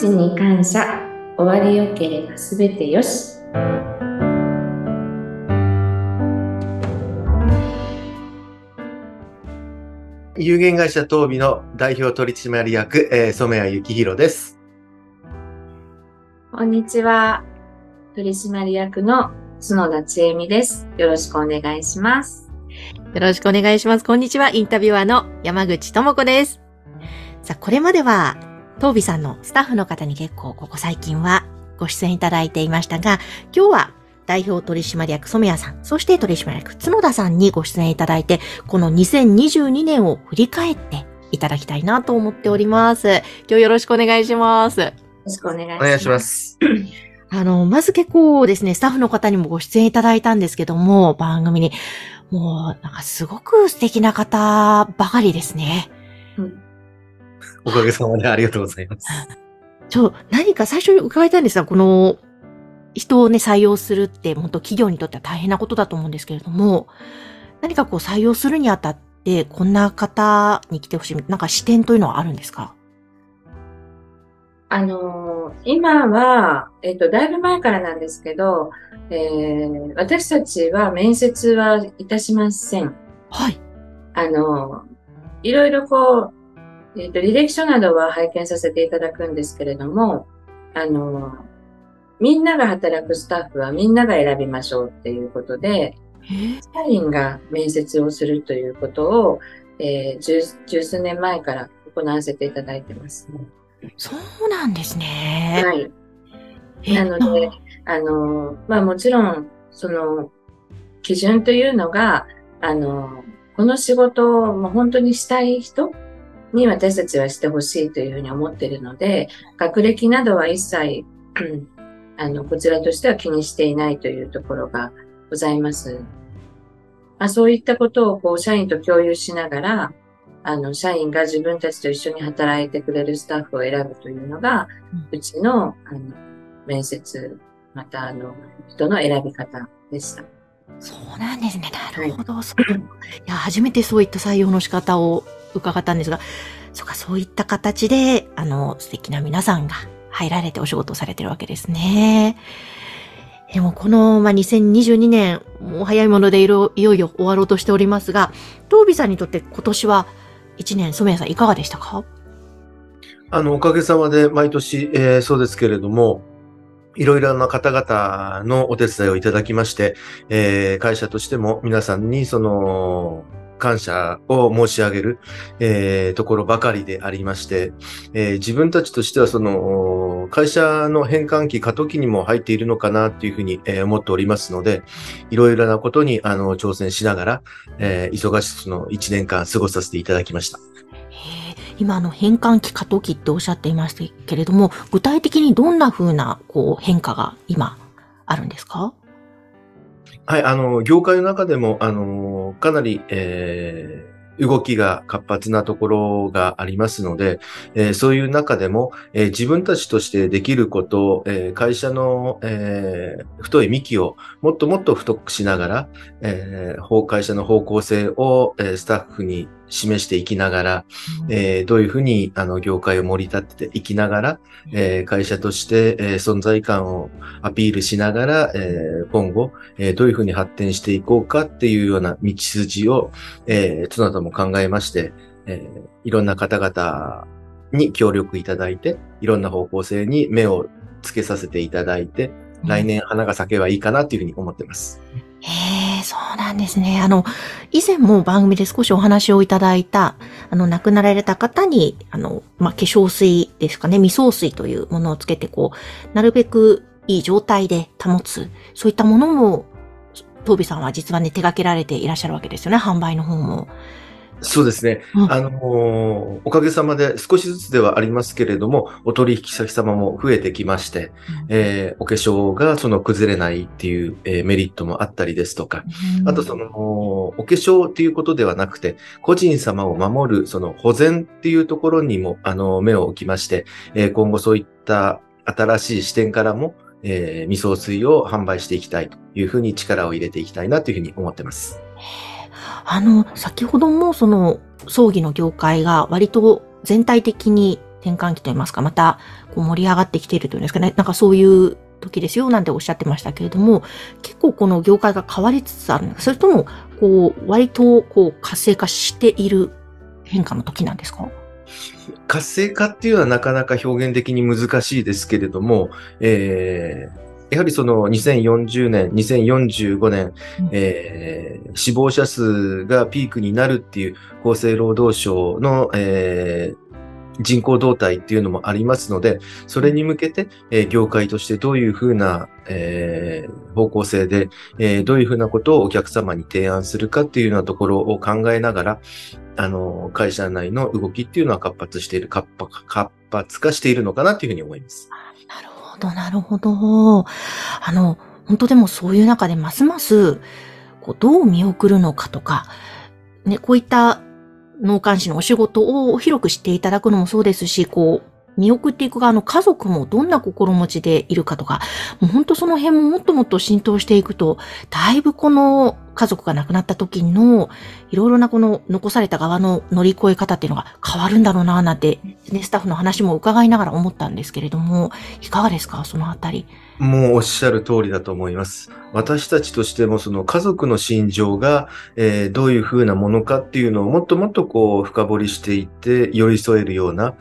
ちに感謝、終わりよければすべてよし。 有限会社東美の代表取締役、染谷幸宏です。 こんにちは。取締役の角田千恵美です。よろしくお願いします。 よろしくお願いします。こんにちは。インタビュアーの山口智子です。さあ、これまでは東美さんのスタッフの方に結構ここ最近はご出演いただいていましたが、今日は代表取締役染谷さん、そして取締役角田さんにご出演いただいて、この2022年を振り返っていただきたいなと思っております。今日よろしくお願いします。よろしくお願いします。 お願いします。 まず結構ですね、スタッフの方にもご出演いただいたんですけども、番組に。もう、なんかすごく素敵な方ばかりですね。 おかげさまでありがとうございます。 何か最初に伺いたいんですが、この、人をね、採用するって、本当企業にとっては大変なことだと思うんですけれども、何かこう採用するにあたって、こんな方に来てほしい、なんか視点というのはあるんですか？ 今は、だいぶ前からなんですけど、私たちは面接はいたしません。 はい。 いろいろこう、履歴書などは拝見させていただくんですけれども、みんなが働くスタッフはみんなが選びましょうっていうことで、社員が面接をするということを、十数年前から行わせていただいてます。 そうなんですね。 はい。なので、もちろん、その、基準というのが、この仕事をもう本当にしたい人に私たちはしてほしいというふうに思っているので、学歴などは一切、こちらとしては気にしていないというところがございます。そういったことをこう社員と共有しながら、社員が自分たちと一緒に働いてくれるスタッフを選ぶというのが、うちの、面接、また人の選び方でした。 そうなんですね。なるほど。はい、いや、初めてそういった採用の仕方を伺ったんですが、そういった形で、素敵な皆さんが入られてお仕事をされてるわけですね。でもこの、2022年、もう早いものでいよいよ終わろうとしておりますが、東美さんにとって今年は1年、染谷さんいかがでしたか？ おかげさまで毎年、そうですけれども、いろいろな方々のお手伝いをいただきまして、会社としても皆さんに感謝を申し上げる、ところばかりでありまして、自分たちとしては会社の変換期、過渡期にも入っているのかなというふうに、思っておりますので、いろいろなことに挑戦しながら、忙しく1年間過ごさせていただきました。 今変換期、過渡期っておっしゃっていましたけれども、具体的にどんな風な変化が今あるんですか？ はい、業界の中でも、かなり、動きが活発なところがありますので、そういう中でも、自分たちとしてできることを、会社の、太い幹をもっともっと太くしながら、会社の方向性を、スタッフに示していきながら、どういうふうに業界を盛り立てていきながら、会社として、存在感をアピールしながら、今後、どういうふうに発展していこうかっていうような道筋を、角田も考えまして、いろんな方々に協力いただいて、いろんな方向性に目をつけさせていただいて、来年花が咲けばいいかなというふうに思ってます。 そうなんですね。以前も番組で少しお話をいただいた、亡くなられた方に、化粧水ですかね、未送水というものをつけて、なるべくいい状態で保つ、そういったものも、東美さんは実はね、手掛けられていらっしゃるわけですよね、販売の方も。 そうですね。おかげさまで少しずつではありますけれども、お取引先様も増えてきまして、お化粧が崩れないっていう、メリットもあったりですとか、あとお化粧っていうことではなくて、個人様を守る保全っていうところにも目を置きまして、今後そういった新しい視点からも、未送水を販売していきたいというふうに力を入れていきたいなというふうに思ってます。 先ほども葬儀の業界が割と全体的に転換期といいますか、またこう盛り上がってきているというんですかね。なんかそういう時ですよなんておっしゃってましたけれども、結構この業界が変わりつつあるのか、それとも、こう、割とこう活性化している変化の時なんですか？ 活性化っていうのはなかなか表現的に難しいですけれども、やはりその2040年、2045年、死亡者数がピークになるっていう厚生労働省の、人口動態っていうのもありますので、それに向けて、業界としてどういうふうな、方向性で、どういうふうなことをお客様に提案するかっていうようなところを考えながら、会社内の動きっていうのは活発化しているのかなというふうに思います。 なるほど、なるほど。本当でもそういう中でますます、こう、どう見送るのかとか、ね、こういった納棺師のお仕事を広く知っていただくのもそうですし、こう、見送っていく側の家族もどんな心持ちでいるかとか、もう本当その辺ももっともっと浸透していくと、だいぶこの家族が亡くなった時の、いろいろなこの残された側の乗り越え方っていうのが変わるんだろうな、なんて、ね、スタッフの話も伺いながら思ったんですけれども、いかがですか、そのあたり。 もうおっしゃる通りだと思います。私たちとしてもその家族の心情が、どういうふうなものかっていうのをもっともっとこう深掘りしていって寄り添えるような、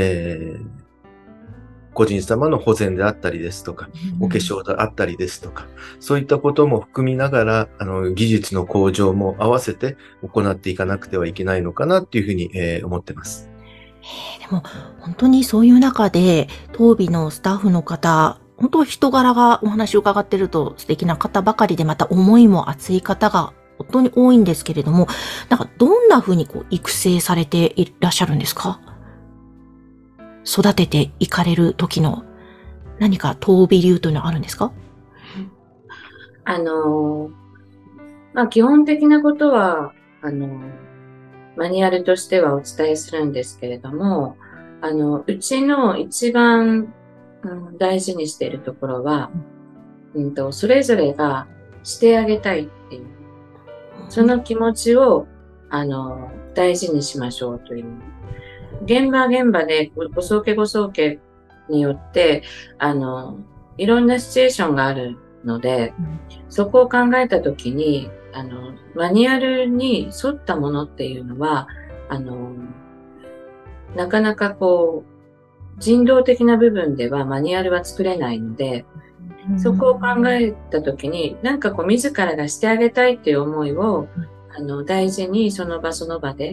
個人様の保全であったりですとか、お化粧であったりですとか、そういったことも含みながら、技術の向上も合わせて行っていかなくてはいけないのかなっていうふうに、思ってます。 でも、本当にそういう中で、当美のスタッフの方、本当人柄がお話を伺ってると素敵な方ばかりで、また思いも熱い方が本当に多いんですけれども、なんかどんな風にこう育成されていらっしゃるんですか？育てていかれる時の何か当美流というのはあるんですか？ 基本的なことは、マニュアルとしてはお伝えするんですけれども、うちの一番、大事にしているところは、それぞれがしてあげたいっていう、その気持ちを、大事にしましょうという。現場現場でご宗家によって、いろんなシチュエーションがあるので、そこを考えたときに、マニュアルに沿ったものっていうのは、なかなかこう、人道的な部分ではマニュアルは作れないので、そこを考えたときに、なんかこう、自らがしてあげたいっていう思いを、大事にその場その場で、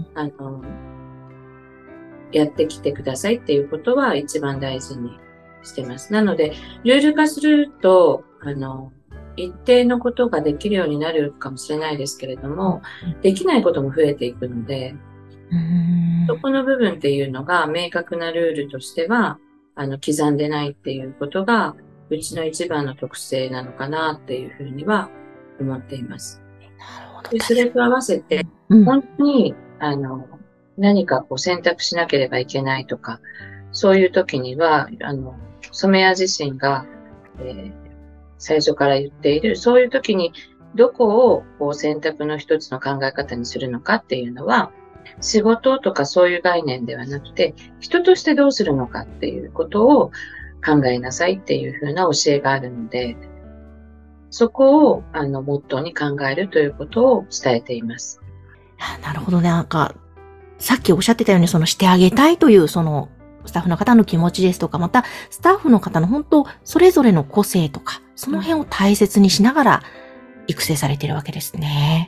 やってきてくださいっていうことは一番大事にしてます。なので、ルール化すると、一定のことができるようになるかもしれないですけれども、できないことも増えていくので、そこの部分っていうのが明確なルールとしては、刻んでないっていうことが、うちの一番の特性なのかなっていうふうには思っています。でそれと合わせて、本当に、何かこう選択しなければいけないとか、そういう時には、染谷自身が、最初から言っている、そういう時にどこをこう選択の一つの考え方にするのかっていうのは、仕事とかそういう概念ではなくて、人としてどうするのかっていうことを考えなさいっていうふうな教えがあるので、そこをモットーに考えるということを伝えています。 なるほどね。なんか、さっきおっしゃってたように、そのしてあげたいという、その、スタッフの方の気持ちですとか、また、スタッフの方の本当、それぞれの個性とか、その辺を大切にしながら、育成されているわけですね。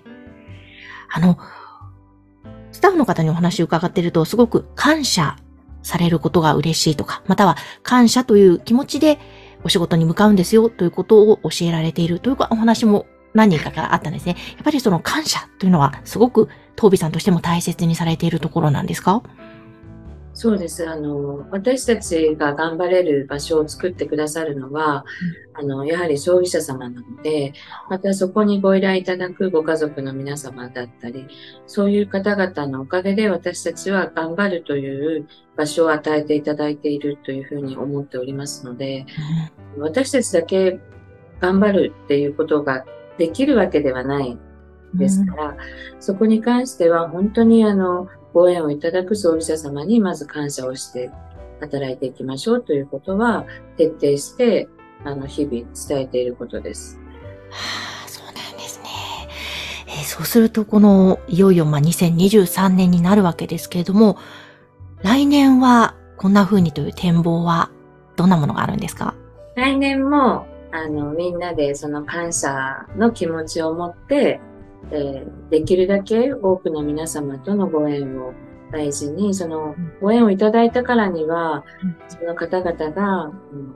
スタッフの方にお話を伺っていると、すごく感謝されることが嬉しいとか、または感謝という気持ちでお仕事に向かうんですよということを教えられているというお話も何人かからあったんですね。やっぱりその感謝というのはすごく当美さんとしても大切にされているところなんですか？ そうです。私たちが頑張れる場所を作ってくださるのは、やはり葬儀社様なので、またそこにご依頼いただくご家族の皆様だったり、そういう方々のおかげで私たちは頑張るという場所を与えていただいているというふうに思っておりますので、私たちだけ頑張るっていうことができるわけではないですから、そこに関しては本当にご縁をいただく葬儀社様にまず感謝をして、 働いていきましょうということは徹底して、日々伝えていることです。 はあ、そうなんですね。そうすると、いよいよ2023年になるわけですけれども、来年はこんな風にという展望はどんなものがあるんですか？ 来年も、みんなでその感謝の気持ちを持って、できるだけ多くの皆様とのご縁を大事に、そのご縁をいただいたからには、その方々が、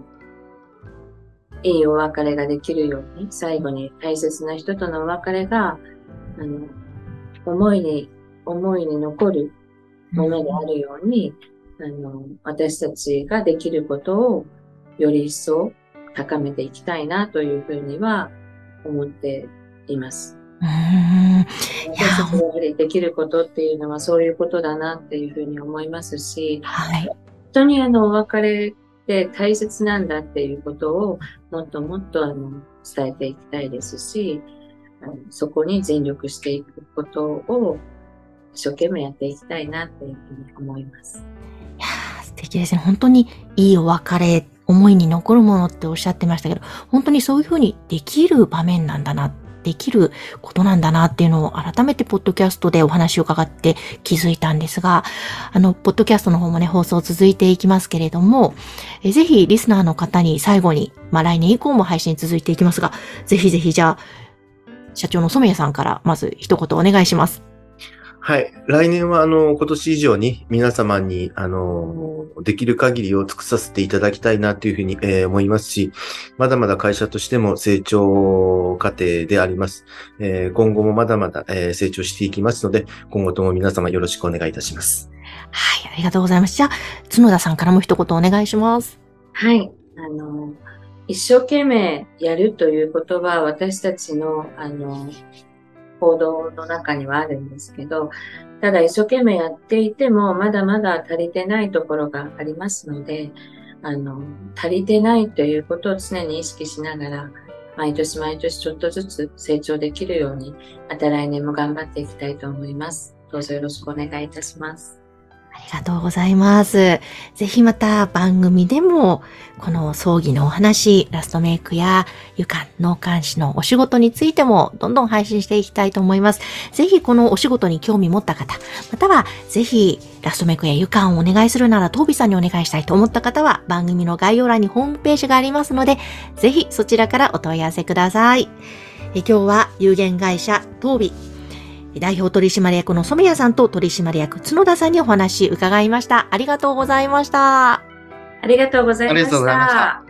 いいお別れができるように、最後に大切な人とのお別れが、思いに残るものであるように、私たちができることをより一層高めていきたいなというふうには思っています。私たちがやはりできることっていうのはそういうことだなっていうふうに思いますし、 はい、 本当にお別れって大切なんだっていうことをもっともっと伝えていきたいですし、そこに全力していくことを一生懸命やっていきたいなっていうふうに思います。 いやー、素敵ですね。本当にいいお別れ、思いに残るものっておっしゃってましたけど、本当にそういうふうにできる場面なんだな、できることなんだなっていうのを改めてポッドキャストでお話を伺って気づいたんですが、ポッドキャストの方もね、放送続いていきますけれども、ぜひリスナーの方に最後に、来年以降も配信続いていきますが、ぜひぜひじゃあ、社長の染谷さんからまず一言お願いします。 はい。来年は、今年以上に皆様に、できる限りを尽くさせていただきたいなというふうに、思いますし、まだまだ会社としても成長過程であります。今後もまだまだ、成長していきますので、今後とも皆様よろしくお願いいたします。 はい、ありがとうございます。じゃあ、角田さんからも一言お願いします。 はい。一生懸命やるということは私たちの、行動の中にはあるんですけど、ただ一生懸命やっていてもまだまだ足りてないところがありますので、足りてないということを常に意識しながら、毎年毎年ちょっとずつ成長できるように、また来年も頑張っていきたいと思います。どうぞよろしくお願いいたします。 ありがとうございます。ぜひまた番組でも、この葬儀のお話、ラストメイクや湯管、納棺師のお仕事についてもどんどん配信していきたいと思います。ぜひこのお仕事に興味持った方、またはぜひラストメイクや湯管をお願いするならトービさんにお願いしたいと思った方は番組の概要欄にホームページがありますので、ぜひそちらからお問い合わせください。今日は有限会社トービ代表取締役の染谷さんと取締役角田さんにお話伺いました。ありがとうございました。 ありがとうございました。